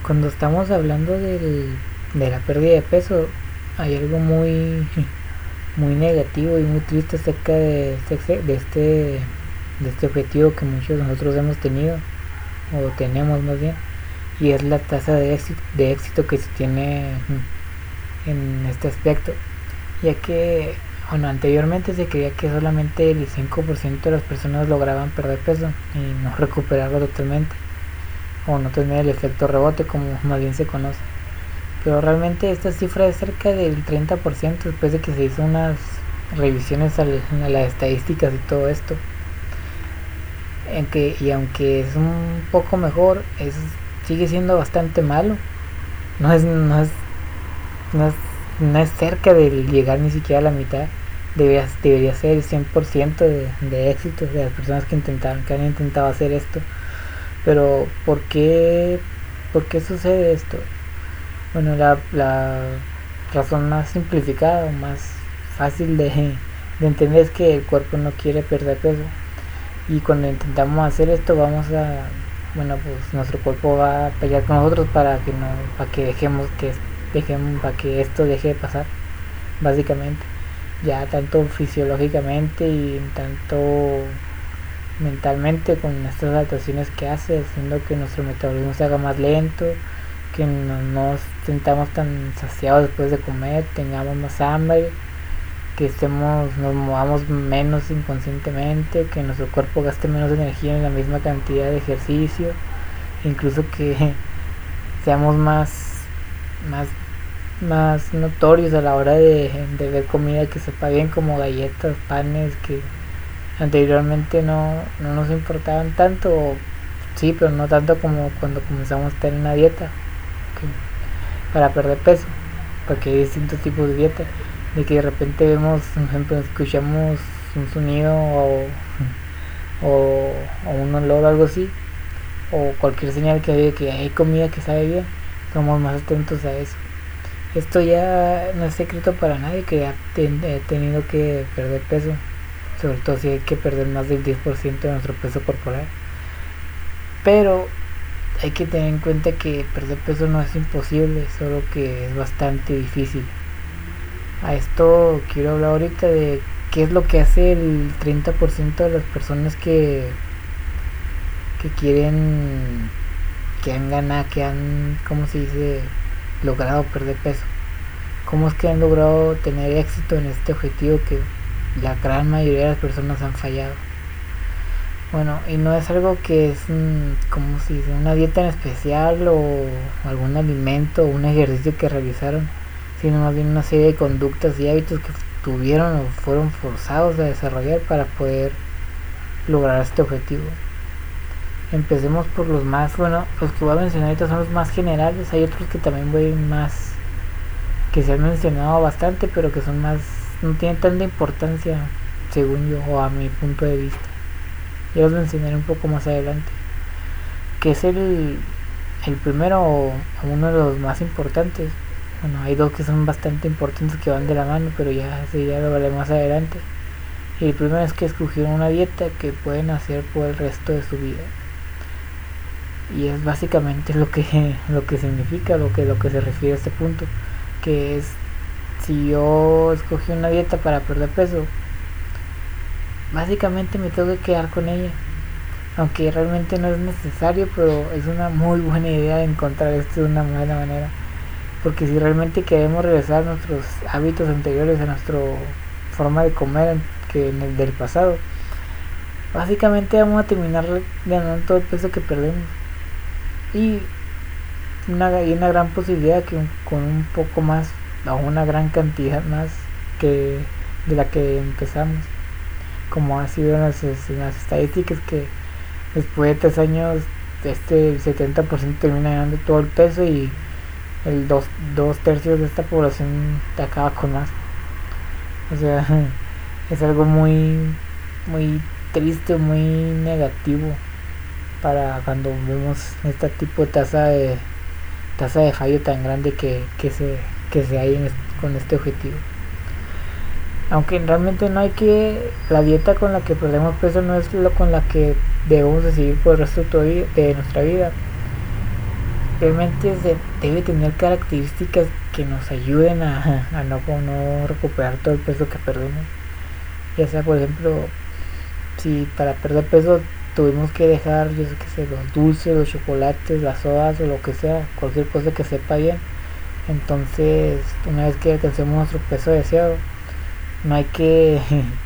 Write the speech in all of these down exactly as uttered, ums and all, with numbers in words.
Cuando estamos hablando del, de la pérdida de peso, hay algo muy muy negativo y muy triste acerca de este, de este de este objetivo que muchos de nosotros hemos tenido o tenemos más bien, y es la tasa de éxito, de éxito que se tiene en este aspecto, ya que bueno, anteriormente se creía que solamente el cinco por ciento de las personas lograban perder peso y no recuperarlo totalmente o no tener el efecto rebote como más bien se conoce, pero realmente esta cifra es cerca del treinta por ciento después de que se hizo unas revisiones a las estadísticas y todo esto. En que, y aunque es un poco mejor, es, sigue siendo bastante malo. No es, no es, no es, no es cerca de llegar ni siquiera a la mitad. Debería, debería ser el cien por ciento de, de éxito de las personas que intentaron, que han intentado hacer esto. Pero ¿por qué, por qué sucede esto? Bueno, la, la razón más simplificada o más fácil de, de entender es que el cuerpo no quiere perder peso. Y cuando intentamos hacer esto vamos a, bueno, pues nuestro cuerpo va a pelear con nosotros para que no, para que dejemos que dejemos, para que esto deje de pasar, básicamente. Ya tanto fisiológicamente y tanto mentalmente, con estas adaptaciones que hace, haciendo que nuestro metabolismo se haga más lento, que no nos sintamos tan saciados después de comer, tengamos más hambre, que estemos, nos movamos menos inconscientemente, que nuestro cuerpo gaste menos energía en la misma cantidad de ejercicio, incluso que seamos más, más, más notorios a la hora de, de ver comida que sepa bien, como galletas, panes, que anteriormente no, no nos importaban tanto, sí, pero no tanto como cuando comenzamos a tener una dieta que, para perder peso, porque hay distintos tipos de dieta, de que de repente vemos, por ejemplo, escuchamos un sonido o, o, o un olor o algo así, o cualquier señal que hay de que hay comida que sabe bien, somos más atentos a eso. Esto ya no es secreto para nadie que ha ten, he tenido que perder peso, sobre todo si hay que perder más del diez por ciento de nuestro peso corporal. Pero hay que tener en cuenta que perder peso no es imposible, solo que es bastante difícil. A esto quiero hablar ahorita de qué es lo que hace el treinta por ciento de las personas que, que quieren, que han ganado, que han, ¿cómo se dice?, logrado perder peso. ¿Cómo es que han logrado tener éxito en este objetivo que la gran mayoría de las personas han fallado? Bueno, y no es algo que es, como si dice, una dieta en especial o algún alimento o un ejercicio que realizaron, sino más bien una serie de conductas y hábitos que tuvieron o fueron forzados a desarrollar para poder lograr este objetivo. Empecemos por los más, bueno, los que voy a mencionar ahorita son los más generales, hay otros que también voy más, que se han mencionado bastante, pero que son más, no tienen tanta importancia según yo o a mi punto de vista. Ya los mencionaré un poco más adelante. Que es el, el primero o uno de los más importantes. Bueno, hay dos que son bastante importantes que van de la mano, pero ya, ese ya lo veré más adelante. Y el primero es que escogieron una dieta que pueden hacer por el resto de su vida. Y es básicamente lo que, lo que significa, lo que, lo que se refiere a este punto. Que es, si yo escogí una dieta para perder peso, básicamente me tengo que quedar con ella, aunque realmente no es necesario, pero es una muy buena idea encontrar esto de una buena manera, porque si realmente queremos regresar a nuestros hábitos anteriores, a nuestra forma de comer que en el del pasado, básicamente vamos a terminar ganando todo el peso que perdemos, y una, hay una gran posibilidad que un, con un poco más o una gran cantidad más que de la que empezamos, como ha sido en las, en las estadísticas, que después de tres años este el setenta por ciento termina ganando todo el peso y el dos, dos tercios de esta población te acaba con más. O sea, es algo muy muy triste, muy negativo para cuando vemos este tipo de tasa de tasa de fallo tan grande que, que se que se hay en este, con este objetivo. Aunque realmente no hay que, la dieta con la que perdemos peso no es lo con la que debemos de seguir por el resto de nuestra vida, realmente se debe tener características que nos ayuden a, a no, no recuperar todo el peso que perdemos. Ya sea, por ejemplo, si para perder peso tuvimos que dejar, yo sé que sé, los dulces, los chocolates, las sodas o lo que sea, cualquier cosa que sepa bien. Entonces, una vez que alcancemos nuestro peso deseado, no hay que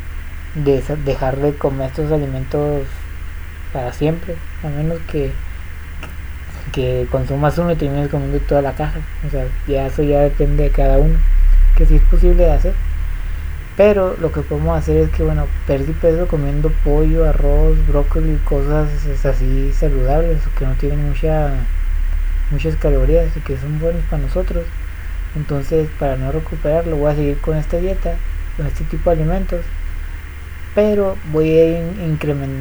dejar de comer estos alimentos para siempre, a menos que, que consumas uno y termines comiendo toda la caja. O sea, ya eso ya depende de cada uno, que si sí es posible de hacer. Pero lo que podemos hacer es que, bueno, perdí peso comiendo pollo, arroz, brócoli, cosas así saludables, que no tienen mucha, muchas calorías y que son buenos para nosotros. Entonces, para no recuperarlo, voy a seguir con esta dieta, con este tipo de alimentos, pero voy a incrementar,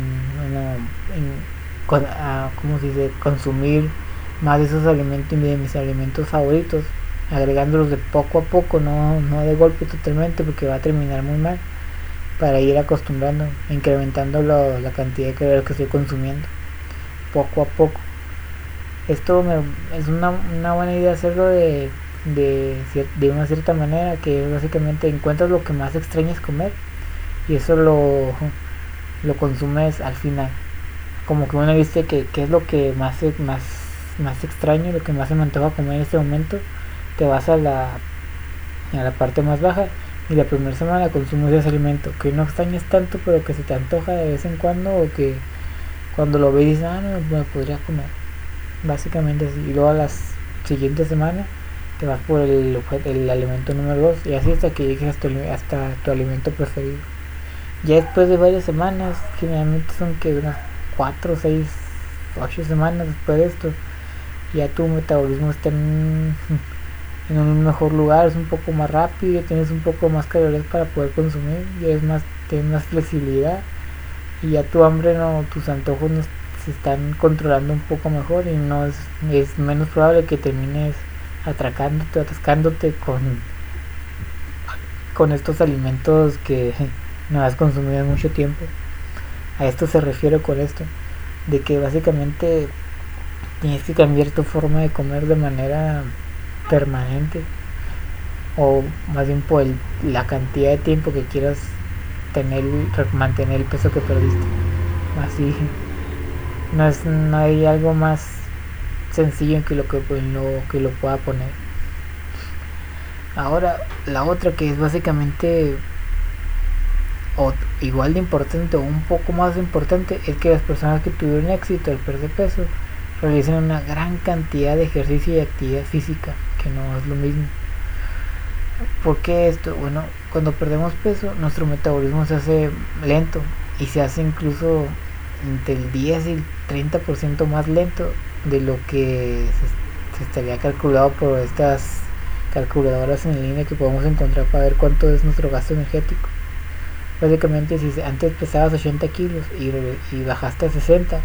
bueno, ¿cómo se dice? Consumir más de esos alimentos y de mis alimentos favoritos, agregándolos de poco a poco, no, no de golpe totalmente, porque va a terminar muy mal, para ir acostumbrando, incrementando lo, la cantidad de calorías que estoy consumiendo poco a poco. Esto me, es una, una buena idea hacerlo de, de, de una cierta manera, que básicamente encuentras lo que más extrañas comer y eso lo, lo consumes al final. Como que uno dice que, que es lo que más, más, más extraño, lo que más se me antoja comer en este momento, te vas a la, a la parte más baja y la primera semana consumes ese alimento que no extrañas tanto, pero que se te antoja de vez en cuando, o que cuando lo ves dices, ah, no, me podría comer. Básicamente así. Y luego a las siguientes semanas te vas por el, el alimento número dos y así hasta que llegues hasta, hasta tu alimento preferido. Ya después de varias semanas, generalmente son que unas cuatro, seis, ocho semanas después de esto, ya tu metabolismo está en, en un mejor lugar, es un poco más rápido, tienes un poco más calorías para poder consumir, ya es más, tienes más flexibilidad y ya tu hambre, no, tus antojos no se están controlando un poco mejor y no es, es menos probable que termines atracándote, atascándote con, con estos alimentos que no has consumido en mucho tiempo. A esto se refiere con esto, de que básicamente tienes que cambiar tu forma de comer de manera permanente, o más bien por el, la cantidad de tiempo que quieras tener, mantener el peso que perdiste. Así no, es, no hay algo más sencillo en que lo que, en lo que lo pueda poner. Ahora la otra, que es básicamente o igual de importante o un poco más importante, es que las personas que tuvieron éxito al perder peso realicen una gran cantidad de ejercicio y actividad física, que no es lo mismo. ¿Por qué esto? Bueno, cuando perdemos peso nuestro metabolismo se hace lento y se hace incluso entre el diez y el treinta por ciento más lento de lo que se, se estaría calculado por estas calculadoras en línea que podemos encontrar para ver cuánto es nuestro gasto energético. Básicamente, si antes pesabas ochenta kilos y, y bajaste a sesenta,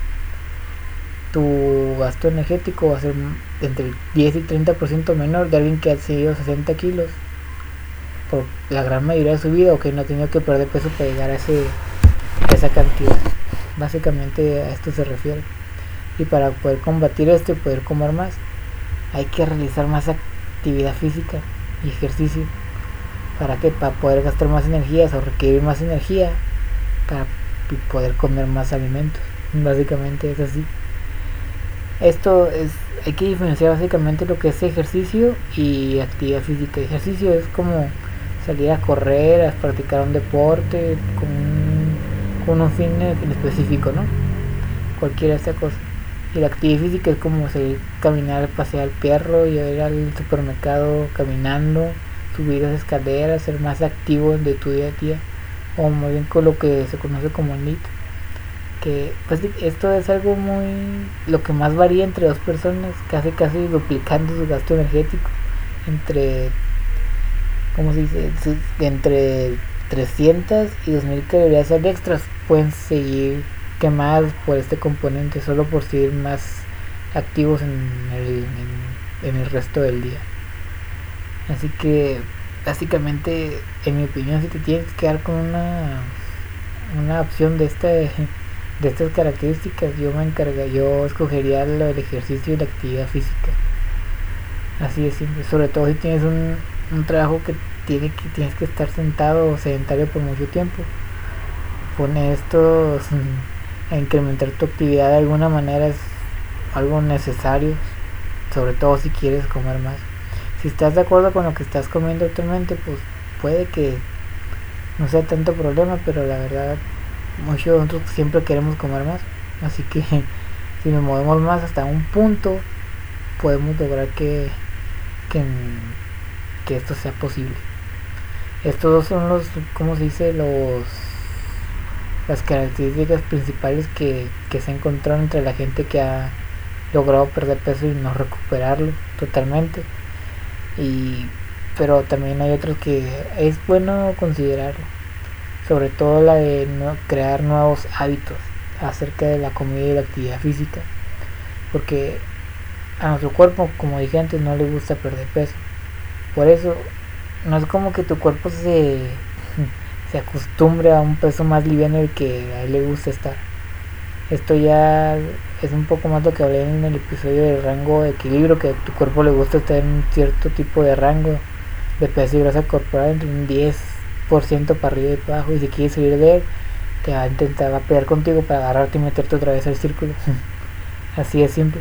tu gasto energético va a ser entre el diez y treinta por ciento menor de alguien que ha seguido sesenta kilos por la gran mayoría de su vida, o que no ha tenido que perder peso para llegar a, ese, a esa cantidad. Básicamente a esto se refiere. Y para poder combatir esto y poder comer más, hay que realizar más actividad física y ejercicio. ¿Para qué? Para poder gastar más energía o requerir más energía para poder comer más alimentos. Básicamente es así. Esto es, hay que diferenciar básicamente lo que es ejercicio y actividad física. Ejercicio es como salir a correr, a practicar un deporte con un, con un fin en específico, ¿no? Cualquiera de estas cosas. Y la actividad física es como salir, caminar, pasear al perro, ir al supermercado caminando, subir las escaleras, ser más activo de tu día a día, o muy bien con lo que se conoce como N I T, que pues esto es algo muy, lo que más varía entre dos personas, casi casi duplicando su gasto energético, entre, ¿cómo se dice? Entre trescientas y dos mil calorías al extras pueden seguir quemadas por este componente, solo por seguir más activos en el, en, en el resto del día. Así que básicamente, en mi opinión, si te tienes que quedar con una una opción de este de estas características, yo me encarga, yo escogería lo del ejercicio y la actividad física. Así de simple, sobre todo si tienes un, un trabajo que, tiene que tienes que estar sentado o sedentario por mucho tiempo. Pone esto a incrementar tu actividad de alguna manera es algo necesario, sobre todo si quieres comer más. Si estás de acuerdo con lo que estás comiendo actualmente, pues puede que no sea tanto problema, pero la verdad muchos de nosotros siempre queremos comer más, así que si nos movemos más hasta un punto podemos lograr que que, que esto sea posible. Estos dos son los, ¿cómo se dice? Los las características principales que, que se encontraron entre la gente que ha logrado perder peso y no recuperarlo totalmente. Y pero también hay otros que es bueno considerarlo, sobre todo la de no, crear nuevos hábitos acerca de la comida y la actividad física, porque a nuestro cuerpo, como dije antes, no le gusta perder peso. Por eso no es como que tu cuerpo se se acostumbre a un peso más liviano del que a él le gusta estar. Esto ya es un poco más lo que hablé en el episodio del rango de equilibrio, que a tu cuerpo le gusta estar en un cierto tipo de rango de peso y grasa corporal entre un diez por ciento para arriba y para abajo, y si quieres salir de él te va a intentar, va a pelear contigo para agarrarte y meterte otra vez al círculo. Así de simple.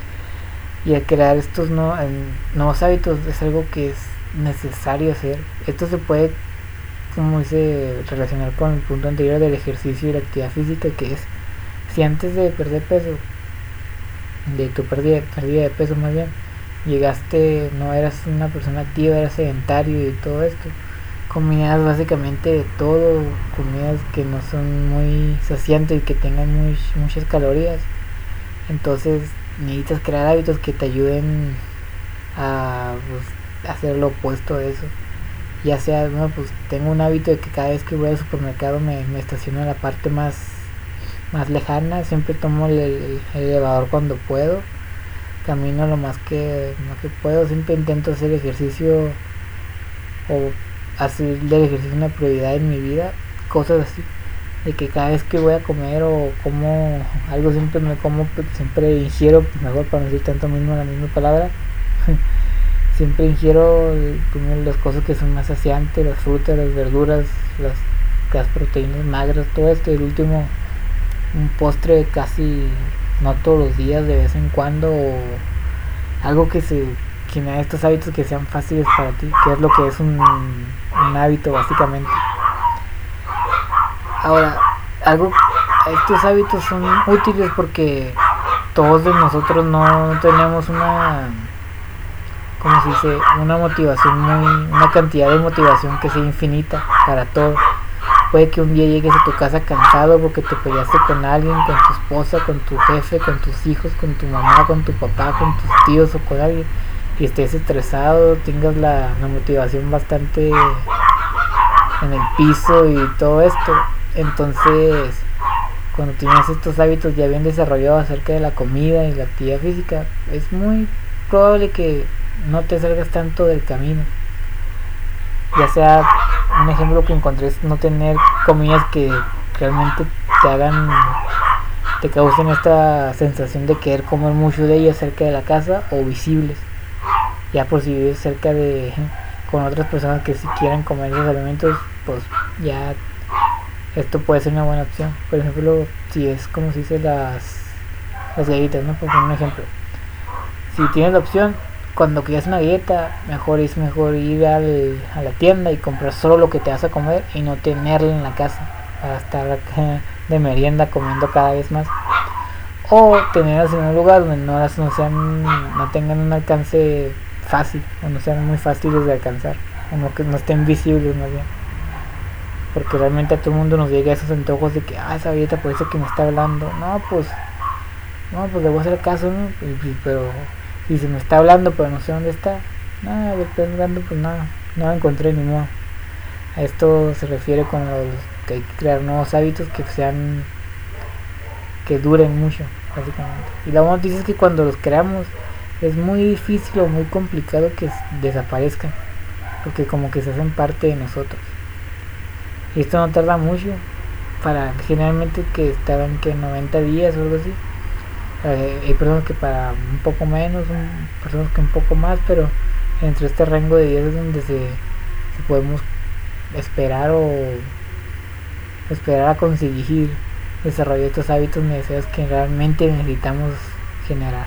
Y al crear estos no, nuevos hábitos es algo que es necesario hacer. Esto se puede, como dice, relacionar con el punto anterior del ejercicio y la actividad física, que es si antes de perder peso, de tu pérdida, pérdida de peso más bien, llegaste, no eras una persona activa, eras sedentario y todo esto, comías básicamente de todo, comidas que no son muy saciantes y que tengan muy, muchas calorías. Entonces necesitas crear hábitos que te ayuden a pues, hacer lo opuesto a eso. Ya sea, no, pues tengo un hábito de que cada vez que voy al supermercado me, me estaciono en la parte más, más lejana, siempre tomo el, el, el elevador cuando puedo, camino lo más que, lo que puedo, siempre intento hacer ejercicio o hacer del ejercicio una prioridad en mi vida, cosas así, de que cada vez que voy a comer o como algo siempre me como, siempre ingiero, mejor para no decir tanto mismo la misma palabra, siempre ingiero primero las cosas que son más saciantes, las frutas, las verduras, las, las proteínas magras, todo esto, y el último un postre casi no todos los días, de vez en cuando, o algo que se que me haga estos hábitos que sean fáciles para ti, que es lo que es un, un hábito básicamente. Ahora, algo, estos hábitos son útiles porque todos de nosotros no tenemos una, como se dice, una motivación muy, una cantidad de motivación que sea infinita para todo. Puede que un día llegues a tu casa cansado porque te peleaste con alguien, con tu esposa, con tu jefe, con tus hijos, con tu mamá, con tu papá, con tus tíos o con alguien, y estés estresado, tengas la, la motivación bastante en el piso y todo esto. Entonces, cuando tienes estos hábitos ya bien desarrollados acerca de la comida y la actividad física, es muy probable que no te salgas tanto del camino. Ya sea, un ejemplo que encontré es no tener comidas que realmente te hagan, te causen esta sensación de querer comer mucho de ellas cerca de la casa o visibles. Ya por si vives cerca de, con otras personas que si quieren comer esos alimentos, pues ya esto puede ser una buena opción. Por ejemplo, si es como se dice las, las galletas, ¿no? Por poner un ejemplo. Si tienes la opción, cuando quieras una dieta, mejor es mejor ir al, a la tienda y comprar solo lo que te vas a comer y no tenerla en la casa para estar de merienda comiendo cada vez más, o tenerlas en un lugar donde no las no sean no tengan un alcance fácil, o no sean muy fáciles de alcanzar, o no, que no estén visibles más bien, porque realmente a todo el mundo nos llega esos antojos de que ah, esa dieta parece que me está hablando. No, pues no, pues le voy a hacer caso, ¿no? Y, y, pero y si me está hablando pero no sé dónde está, nada, le estoy hablando, pues nada, no la encontré ni modo. A esto se refiere con los que hay que crear nuevos hábitos que sean, que duren mucho, básicamente. Y la buena noticia es que cuando los creamos es muy difícil o muy complicado que desaparezcan, porque como que se hacen parte de nosotros. Y esto no tarda mucho, para generalmente que estaban que noventa días o algo así. Eh, hay personas que para un poco menos, un, personas que un poco más, pero entre este rango de días es donde se, se podemos esperar o esperar a conseguir desarrollar estos hábitos necesarios que realmente necesitamos generar.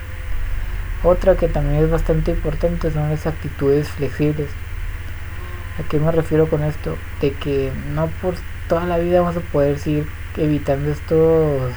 Otra que también es bastante importante son las actitudes flexibles. ¿A qué me refiero con esto? De que no por toda la vida vamos a poder seguir evitando estos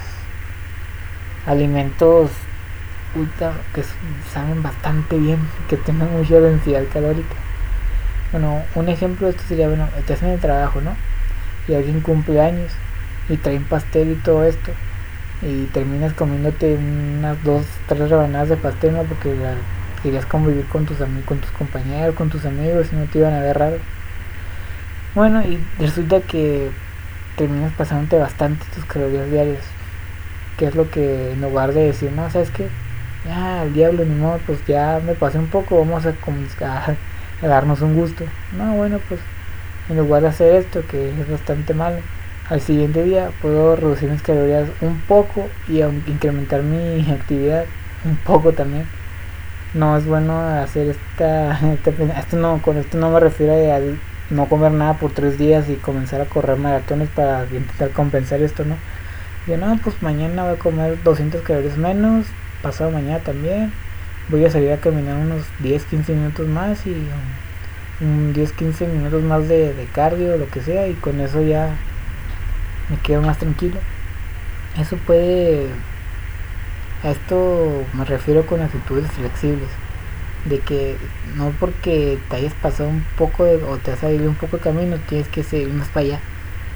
alimentos ultra que saben bastante bien, que tengan mucha densidad calórica. Bueno, un ejemplo de esto sería, bueno, estás en el trabajo, ¿no? Y alguien cumple años y traen pastel y todo esto, y terminas comiéndote unas dos, tres rebanadas de pastel, ¿no? Porque la, querías convivir con tus amigos, con tus compañeros, con tus amigos y no te iban a ver raro. Bueno, y resulta que terminas pasándote bastante tus calorías diarias, que es lo que en lugar de decir, no, ¿sabes qué? Ya, al diablo, ni modo, pues ya me pasé un poco, vamos a, a, a darnos un gusto. No, bueno, pues en lugar de hacer esto, que es bastante malo, al siguiente día puedo reducir mis calorías un poco y incrementar mi actividad un poco también. No es bueno hacer esta, esta esto no, con esto no me refiero a no comer nada por tres días y comenzar a correr maratones para intentar compensar esto, ¿no? Yo no, pues mañana voy a comer doscientas calorías menos, pasado mañana también, voy a salir a caminar unos diez a quince minutos más y un diez a quince minutos más de, de cardio, lo que sea, y con eso ya me quedo más tranquilo. Eso puede, a esto me refiero con actitudes flexibles, de que no porque te hayas pasado un poco de, o te has salido un poco de camino tienes que seguir más para allá.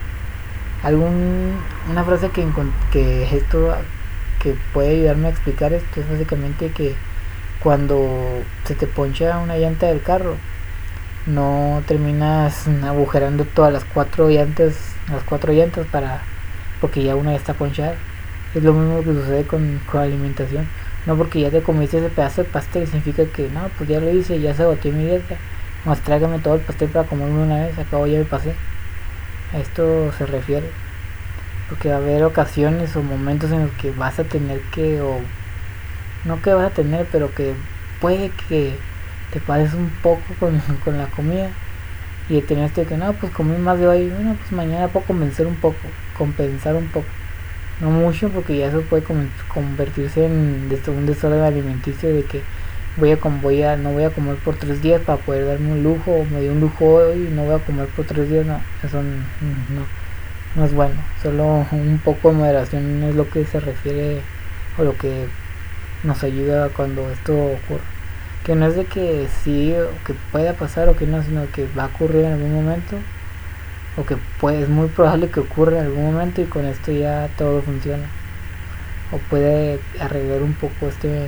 Algún, una frase que, que esto que puede ayudarme a explicar esto es básicamente que cuando se te poncha una llanta del carro, no terminas agujerando todas las cuatro llantas, las cuatro llantas para, porque ya una ya está ponchada. Es lo mismo que sucede con, con la alimentación. No porque ya te comiste ese pedazo de pastel significa que no, pues ya lo hice, ya se agoté mi dieta, más tráigame todo el pastel para comerme una vez, acabo, ya me pasé. A esto se refiere, porque va a haber ocasiones o momentos en los que vas a tener que, o no que vas a tener, pero que puede que te pases un poco con, con la comida y tener este que no, pues comí más de hoy, bueno, pues mañana puedo compensar un poco, compensar un poco, no mucho, porque ya eso puede convertirse en un desorden alimenticio de que voy a, voy a no voy a comer por tres días para poder darme un lujo, o me dio un lujo hoy y no voy a comer por tres días. No, eso no, no es bueno. Solo un poco de moderación es lo que se refiere, o lo que nos ayuda cuando esto ocurre, que no es de que sí o que pueda pasar o que no, sino que va a ocurrir en algún momento, o que puede, es muy probable que ocurra en algún momento, y con esto ya todo funciona, o puede arreglar un poco este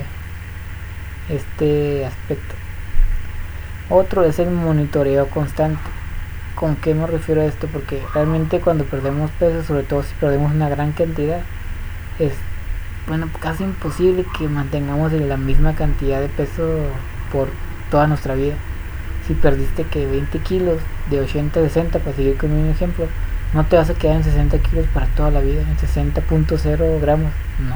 este aspecto. Otro es el monitoreo constante. ¿Con qué me refiero a esto? Porque realmente cuando perdemos peso, sobre todo si perdemos una gran cantidad, es bueno casi imposible que mantengamos la misma cantidad de peso por toda nuestra vida. Si perdiste que veinte kilos de ochenta a sesenta, para seguir con un ejemplo, no te vas a quedar en sesenta kilos para toda la vida, en sesenta punto cero gramos, no.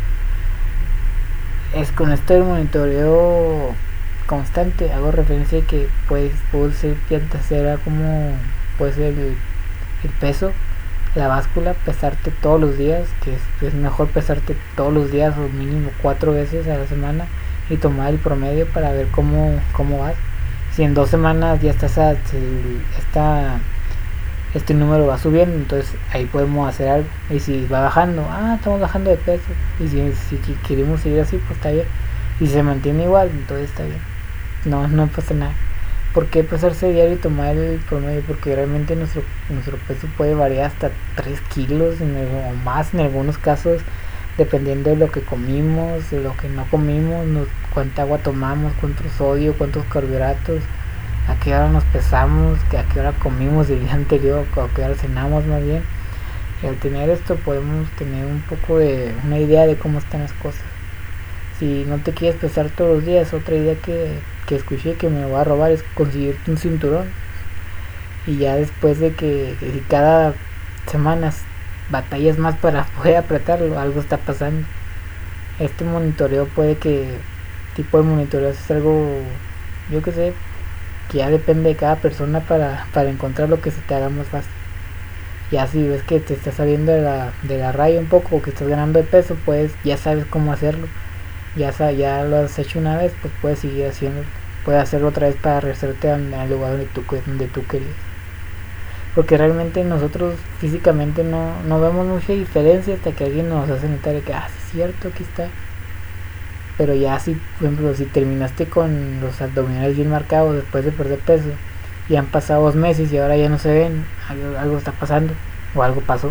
Es con esto del monitoreo constante, hago referencia a que puede, puede ser será como puede ser el, el peso, la báscula, pesarte todos los días, que es, es mejor pesarte todos los días o mínimo cuatro veces a la semana y tomar el promedio para ver cómo, cómo vas. Si en dos semanas ya estás a, está, este número va subiendo, entonces ahí podemos hacer algo. Y si va bajando, ah, estamos bajando de peso, y si, si queremos seguir así, pues está bien. Y si se mantiene igual, entonces está bien, no, no pasa nada. ¿Por qué pesarse diario y tomar el promedio? Porque realmente nuestro, nuestro peso puede variar hasta tres kilos en el, o más en algunos casos, dependiendo de lo que comimos, de lo que no comimos, nos, cuánta agua tomamos, cuánto sodio, cuántos carbohidratos, a qué hora nos pesamos, a qué hora comimos el día anterior, a qué hora cenamos más bien. Y al tener esto podemos tener un poco de una idea de cómo están las cosas. Si no te quieres pesar todos los días, otra idea que, que escuché que me va a robar es conseguirte un cinturón, y ya después de que, que si cada semana batallas más para poder apretarlo, algo está pasando. Este monitoreo puede que tipo de monitoreo es algo, yo que sé, que ya depende de cada persona para, para encontrar lo que se te haga más fácil. Ya si ves que te estás saliendo de la, de la raya un poco o que estás ganando de peso, pues ya sabes cómo hacerlo. Ya, ya lo has hecho una vez, pues puedes seguir haciéndolo. Puedes hacerlo otra vez para regresarte al lugar donde tú, donde tú querías. Porque realmente nosotros físicamente no, no vemos mucha diferencia hasta que alguien nos hace notar que, ah, sí es cierto, aquí está. Pero ya si, por ejemplo, si terminaste con los abdominales bien marcados después de perder peso y han pasado dos meses y ahora ya no se ven, algo, algo está pasando o algo pasó.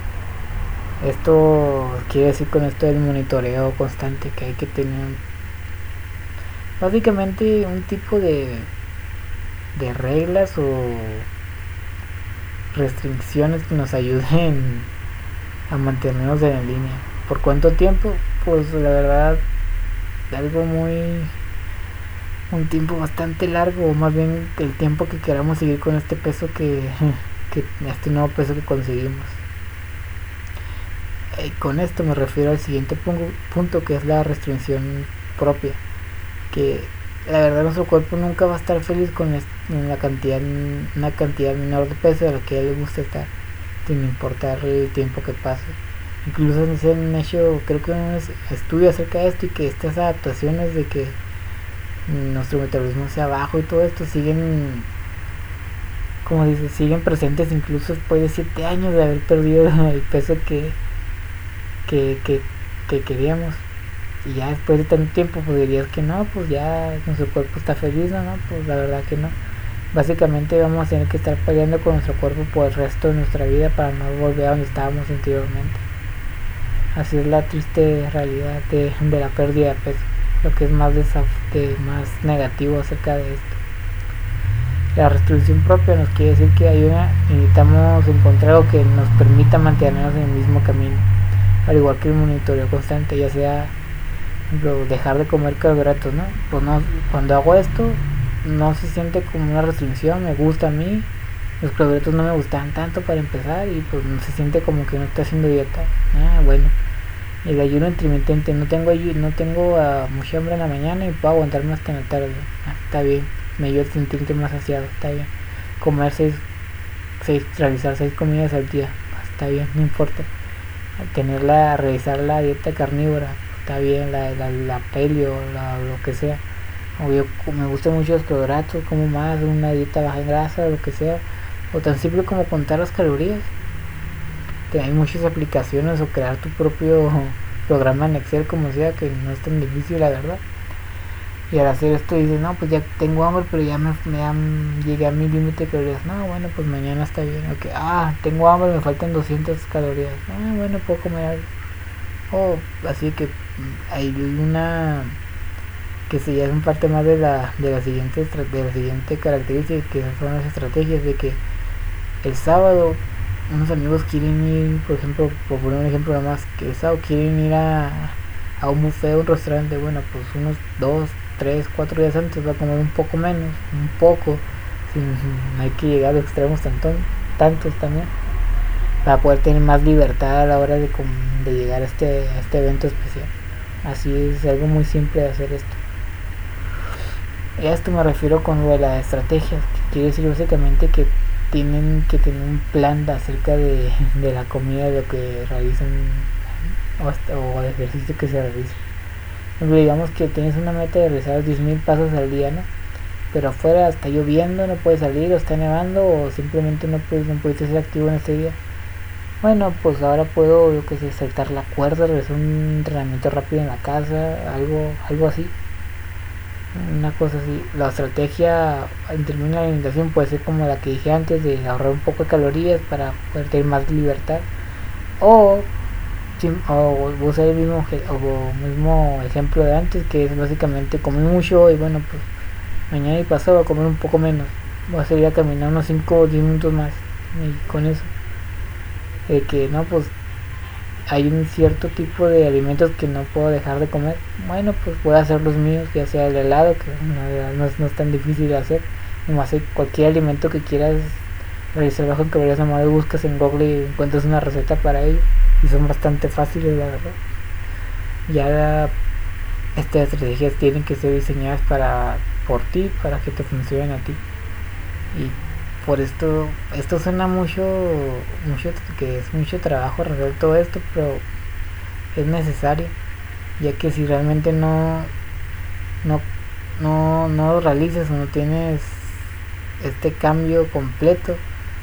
Esto quiere decir con esto del monitoreo constante que hay que tener. Básicamente un tipo de, de reglas o restricciones que nos ayuden a mantenernos en línea. ¿Por cuánto tiempo? Pues la verdad, algo muy... un tiempo bastante largo, o más bien el tiempo que queramos seguir con este peso que, que este nuevo peso que conseguimos. Y con esto me refiero al siguiente punto, que es la restricción propia, que la verdad nuestro cuerpo nunca va a estar feliz con la cantidad, una cantidad menor de peso de la que a él le gusta estar, sin importar el tiempo que pase. Incluso se han hecho, creo que un estudio acerca de esto, y que estas adaptaciones de que nuestro metabolismo sea bajo y todo esto siguen, como dice, siguen presentes incluso después de siete años de haber perdido el peso que que, que, que queríamos. Y ya después de tanto tiempo pues dirías que no, pues ya nuestro cuerpo está feliz, no, no, pues la verdad que no. Básicamente vamos a tener que estar peleando con nuestro cuerpo por el resto de nuestra vida para no volver a donde estábamos anteriormente. Así es la triste realidad de, de la pérdida de peso, lo que es más, de, más negativo acerca de esto. La restricción propia nos quiere decir que hay una, necesitamos encontrar algo que nos permita mantenernos en el mismo camino, al igual que el monitoreo constante, ya sea ejemplo, dejar de comer carbohidratos, ¿no? Pues no, cuando hago esto no se siente como una restricción, me gusta a mí, los carbohidratos no me gustan tanto para empezar y pues no se siente como que no estoy haciendo dieta. Ah, bueno, el ayuno intermitente, no tengo no tengo uh, mucha hambre en la mañana y puedo aguantarme hasta en la tarde. Ah, está bien, me ayuda a sentirte más saciado, está bien. Comer seis, seis, realizar seis comidas al día, está bien, no importa. Tenerla, realizar la dieta carnívora, está bien, la, la, la paleo, la, lo que sea. O yo me gustan mucho los carbohidratos, como más, una dieta baja en grasa, lo que sea. O tan simple como contar las calorías. Hay muchas aplicaciones, o crear tu propio programa en Excel, como sea, que no es tan difícil, la verdad. Y al hacer esto dices, no, pues ya tengo hambre, pero ya me, me han, llegué a mi límite de calorías. No, bueno, pues mañana está bien. Okay. Ah, tengo hambre, me faltan doscientas calorías. Ah, bueno, puedo comer algo. Oh, así que hay una que se ya es un parte más de la de la siguiente de la siguiente característica, que son las estrategias de que el sábado unos amigos quieren ir, por ejemplo, por poner un ejemplo nada más, que el sábado quieren ir a, a un buffet, a un restaurante. Bueno, pues unos dos, tres, cuatro días antes va a comer un poco menos, un poco, sin, no hay que llegar a los extremos tanto, tantos también, para poder tener más libertad a la hora de, de llegar a este, a este evento especial. Así es, algo muy simple de hacer esto. Y a esto me refiero con lo de las estrategias, que quiere decir básicamente que tienen que tener un plan de acerca de, de la comida, de lo que realizan o, o el ejercicio que se realiza. Digamos que tienes una meta de realizar diez mil pasos al día, ¿no? Pero afuera está lloviendo, no puedes salir, o está nevando, o simplemente no puedes, no puedes ser activo en este día. Bueno, pues ahora puedo, yo que sé, saltar la cuerda, realizar un entrenamiento rápido en la casa, algo, algo así. Una cosa así. La estrategia en términos de alimentación puede ser como la que dije antes, de ahorrar un poco de calorías para poder tener más libertad. O, o usar el mismo, o mismo ejemplo de antes, que es básicamente comer mucho y bueno, pues mañana y pasado voy a comer un poco menos. Voy a salir a caminar unos cinco o diez minutos más. Y con eso. De que no, pues hay un cierto tipo de alimentos que no puedo dejar de comer. Bueno, pues voy a hacer los míos, ya sea el helado, que no, no, es, no es tan difícil de hacer. Nomás hay cualquier alimento que quieras realizar bajo en calorías, nomás buscas en Google y encuentras una receta para ello, y son bastante fáciles, la verdad. Ya estas estrategias tienen que ser diseñadas para por ti, para que te funcionen a ti. Y por esto, esto suena mucho, mucho que es mucho trabajo resolver todo esto, pero es necesario, ya que si realmente no, no, no, no lo realizas o no tienes este cambio completo,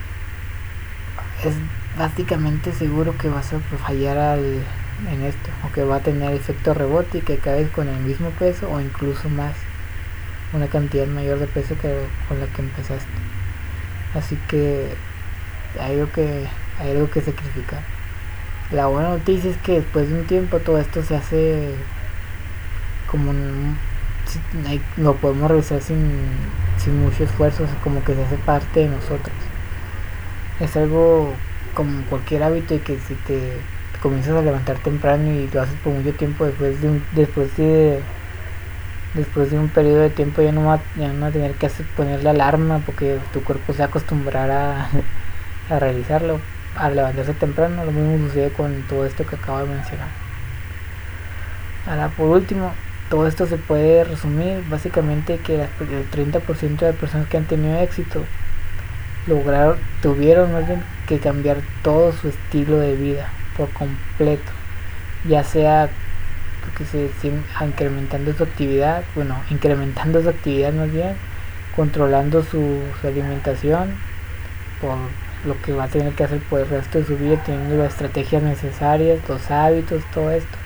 es básicamente seguro que vas a fallar al, en esto, o que va a tener efecto rebote y que caes con el mismo peso o incluso más, una cantidad mayor de peso que con la que empezaste. Así que hay algo que hay algo que sacrificar. La buena noticia es que después de un tiempo todo esto se hace como un, lo podemos realizar sin, sin mucho esfuerzo, como que se hace parte de nosotros. Es algo como cualquier hábito y que si te, te comienzas a levantar temprano y lo haces por mucho tiempo, después de un, después de después de un periodo de tiempo ya no va, ya no va a tener que hacer, poner la alarma porque tu cuerpo se va a acostumbrar a, a realizarlo, a levantarse temprano. Lo mismo sucede con todo esto que acabo de mencionar. Ahora, por último, todo esto se puede resumir básicamente que el treinta por ciento de personas que han tenido éxito lograron, tuvieron más bien que cambiar todo su estilo de vida por completo, ya sea que se, se incrementando su actividad, bueno, incrementando su actividad más bien, controlando su, su alimentación, por lo que va a tener que hacer por el resto de su vida, teniendo las estrategias necesarias, los hábitos, todo esto.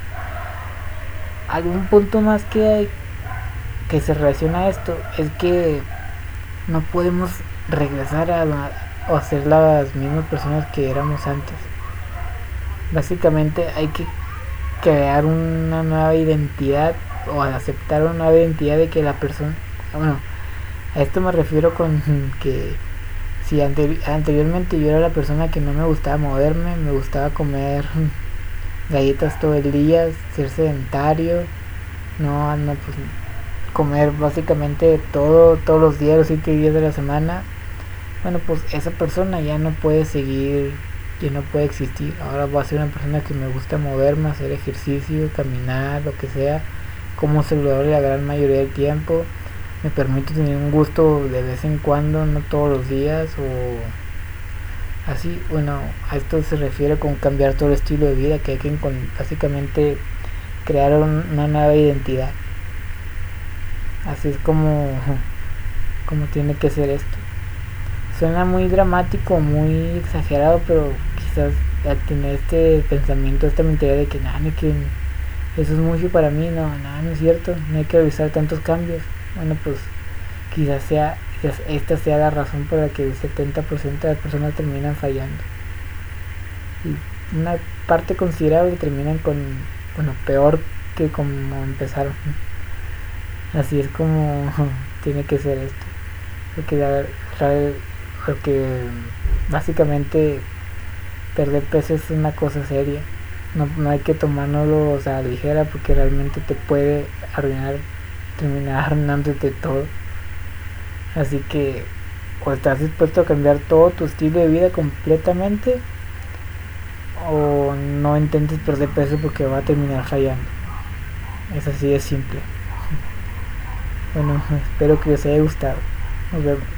Algún punto más que hay que se relaciona a esto es que no podemos regresar a, a ser las mismas personas que éramos antes. Básicamente hay que crear una nueva identidad o aceptar una nueva identidad de que la persona, bueno, a esto me refiero con que si anteri anteriormente yo era la persona que no me gustaba moverme, me gustaba comer galletas todo el día, ser sedentario, no, no pues comer básicamente todo, todos los días, los siete días de la semana, bueno, pues esa persona ya no puede seguir, ya no puede existir. Ahora voy a ser una persona que me gusta moverme, hacer ejercicio, caminar, lo que sea, como saludable la gran mayoría del tiempo, me permite tener un gusto de vez en cuando, no todos los días o así. Bueno, a esto se refiere con cambiar todo el estilo de vida, que hay que básicamente crear una nueva identidad. Así es como, como tiene que ser esto. Suena muy dramático, muy exagerado, pero quizás al tener este pensamiento, esta mentalidad de que nada, no, que eso es mucho para mí, no, nada, no es cierto, no hay que revisar tantos cambios. Bueno, pues quizás sea, quizás esta sea la razón por la que el setenta por ciento de las personas terminan fallando. Y una parte considerable terminan con, bueno, peor que como empezaron. Así es como tiene que ser esto. Porque, la, la, porque básicamente perder peso es una cosa seria. No, no hay que tomárnoslo, o sea, a la ligera, porque realmente te puede arruinar, terminar arruinándote todo. Así que o estás dispuesto a cambiar todo tu estilo de vida completamente, o no intentes perder peso porque va a terminar fallando. Es así de simple. Bueno, espero que les haya gustado. Nos vemos.